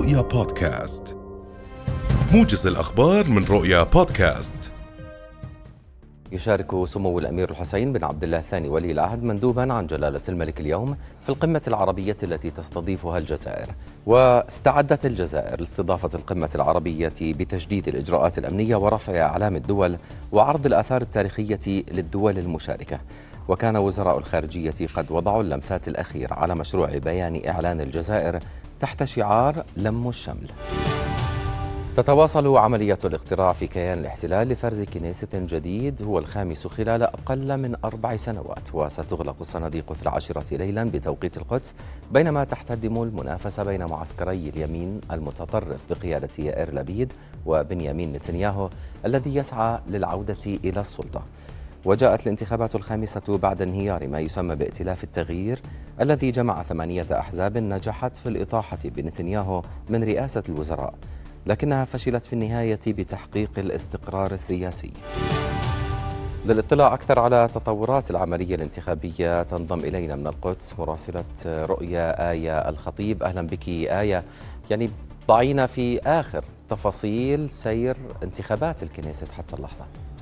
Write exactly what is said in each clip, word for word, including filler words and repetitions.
رؤيا بودكاست، موجز الأخبار من رؤيا بودكاست. يشارك سمو الأمير الحسين بن عبد الله الثاني ولي العهد مندوبا عن جلالة الملك اليوم في القمة العربية التي تستضيفها الجزائر. واستعدت الجزائر لاستضافة القمة العربية بتجديد الإجراءات الأمنية ورفع أعلام الدول وعرض الآثار التاريخية للدول المشاركة. وكان وزراء الخارجية قد وضعوا اللمسات الأخيرة على مشروع بيان إعلان الجزائر تحت شعار لم الشمل. تتواصل عملية الاقتراع في كيان الاحتلال لفرز كنيسة جديد هو الخامس خلال أقل من أربع سنوات، وستغلق الصناديق في العاشرة ليلا بتوقيت القدس، بينما تحتدم المنافسة بين معسكري اليمين المتطرف بقيادة يائير لبيد وبنيامين نتنياهو الذي يسعى للعودة إلى السلطة. وجاءت الانتخابات الخامسة بعد انهيار ما يسمى بائتلاف التغيير الذي جمع ثمانية أحزاب نجحت في الإطاحة بنتنياهو من رئاسة الوزراء، لكنها فشلت في النهاية بتحقيق الاستقرار السياسي. للاطلاع أكثر على تطورات العملية الانتخابية تنضم إلينا من القدس مراسلة رؤيا آية الخطيب. أهلا بك آية، يعني ضعينا في آخر تفاصيل سير انتخابات الكنيسة حتى اللحظة.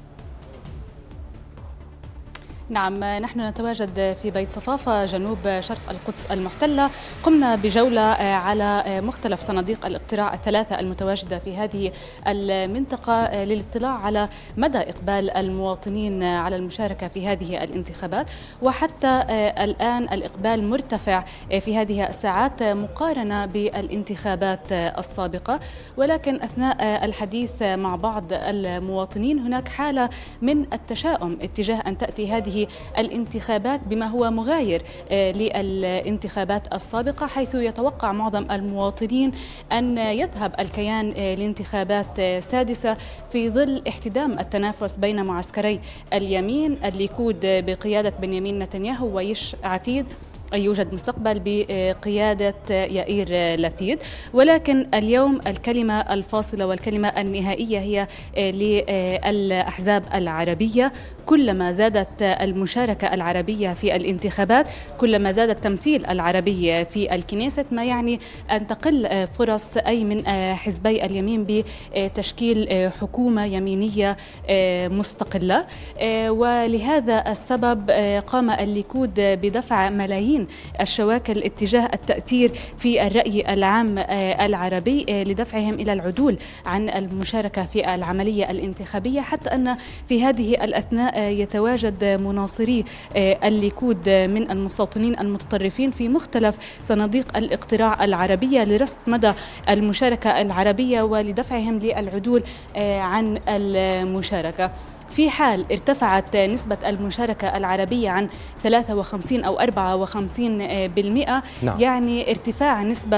نعم، نحن نتواجد في بيت صفافة جنوب شرق القدس المحتلة. قمنا بجولة على مختلف صناديق الاقتراع الثلاثة المتواجدة في هذه المنطقة للاطلاع على مدى إقبال المواطنين على المشاركة في هذه الانتخابات. وحتى الآن الإقبال مرتفع في هذه الساعات مقارنة بالانتخابات السابقة، ولكن أثناء الحديث مع بعض المواطنين هناك حالة من التشاؤم اتجاه أن تأتي هذه الانتخابات بما هو مغاير للانتخابات السابقة، حيث يتوقع معظم المواطنين أن يذهب الكيان لانتخابات سادسة في ظل احتدام التنافس بين معسكري اليمين الليكود بقيادة بنيامين نتنياهو ويش عتيد يوجد مستقبل بقيادة يائير لبيد. ولكن اليوم الكلمة الفاصلة والكلمة النهائية هي للأحزاب العربية. كلما زادت المشاركة العربية في الانتخابات كلما زاد التمثيل العربي في الكنيسة، ما يعني أن تقل فرص أي من حزبي اليمين بتشكيل حكومة يمينية مستقلة. ولهذا السبب قام الليكود بدفع ملايين الشواكل اتجاه التأثير في الرأي العام العربي لدفعهم إلى العدول عن المشاركة في العملية الانتخابية، حتى أن في هذه الأثناء يتواجد مناصري الليكود من المستوطنين المتطرفين في مختلف صناديق الاقتراع العربية لرصد مدى المشاركة العربية ولدفعهم للعدول عن المشاركة. في حال ارتفعت نسبة المشاركة العربية عن ثلاثة وخمسين أو أربعة وخمسين بالمئة، نعم. يعني ارتفاع نسبة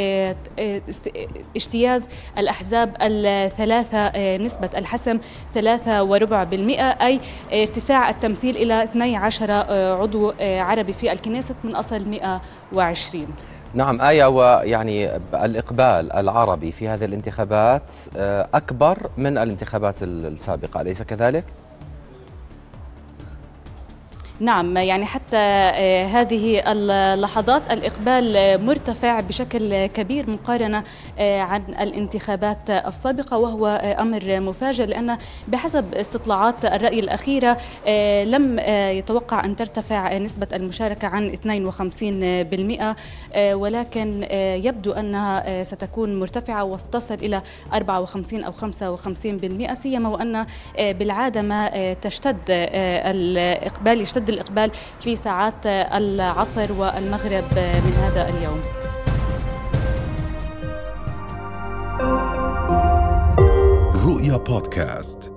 اجتياز الأحزاب الثلاثة نسبة الحسم ثلاثة وربع بالمئة، أي ارتفاع التمثيل إلى اثني عشر عضو عربي في الكنيسة من أصل مئة وعشرين. نعم آية، ويعني الإقبال العربي في هذه الانتخابات أكبر من الانتخابات السابقة، أليس كذلك؟ نعم، يعني حتى هذه اللحظات الإقبال مرتفع بشكل كبير مقارنة عن الانتخابات السابقة، وهو أمر مفاجئ لأن بحسب استطلاعات الرأي الأخيرة لم يتوقع أن ترتفع نسبة المشاركة عن اثنين وخمسين بالمئة، ولكن يبدو أنها ستكون مرتفعة وستصل إلى أربعة وخمسين أو خمسة وخمسين بالمئة، سيما وأن بالعادة ما تشتد الإقبال يشتد الإقبال في ساعات العصر والمغرب من هذا اليوم. رؤيا بودكاست.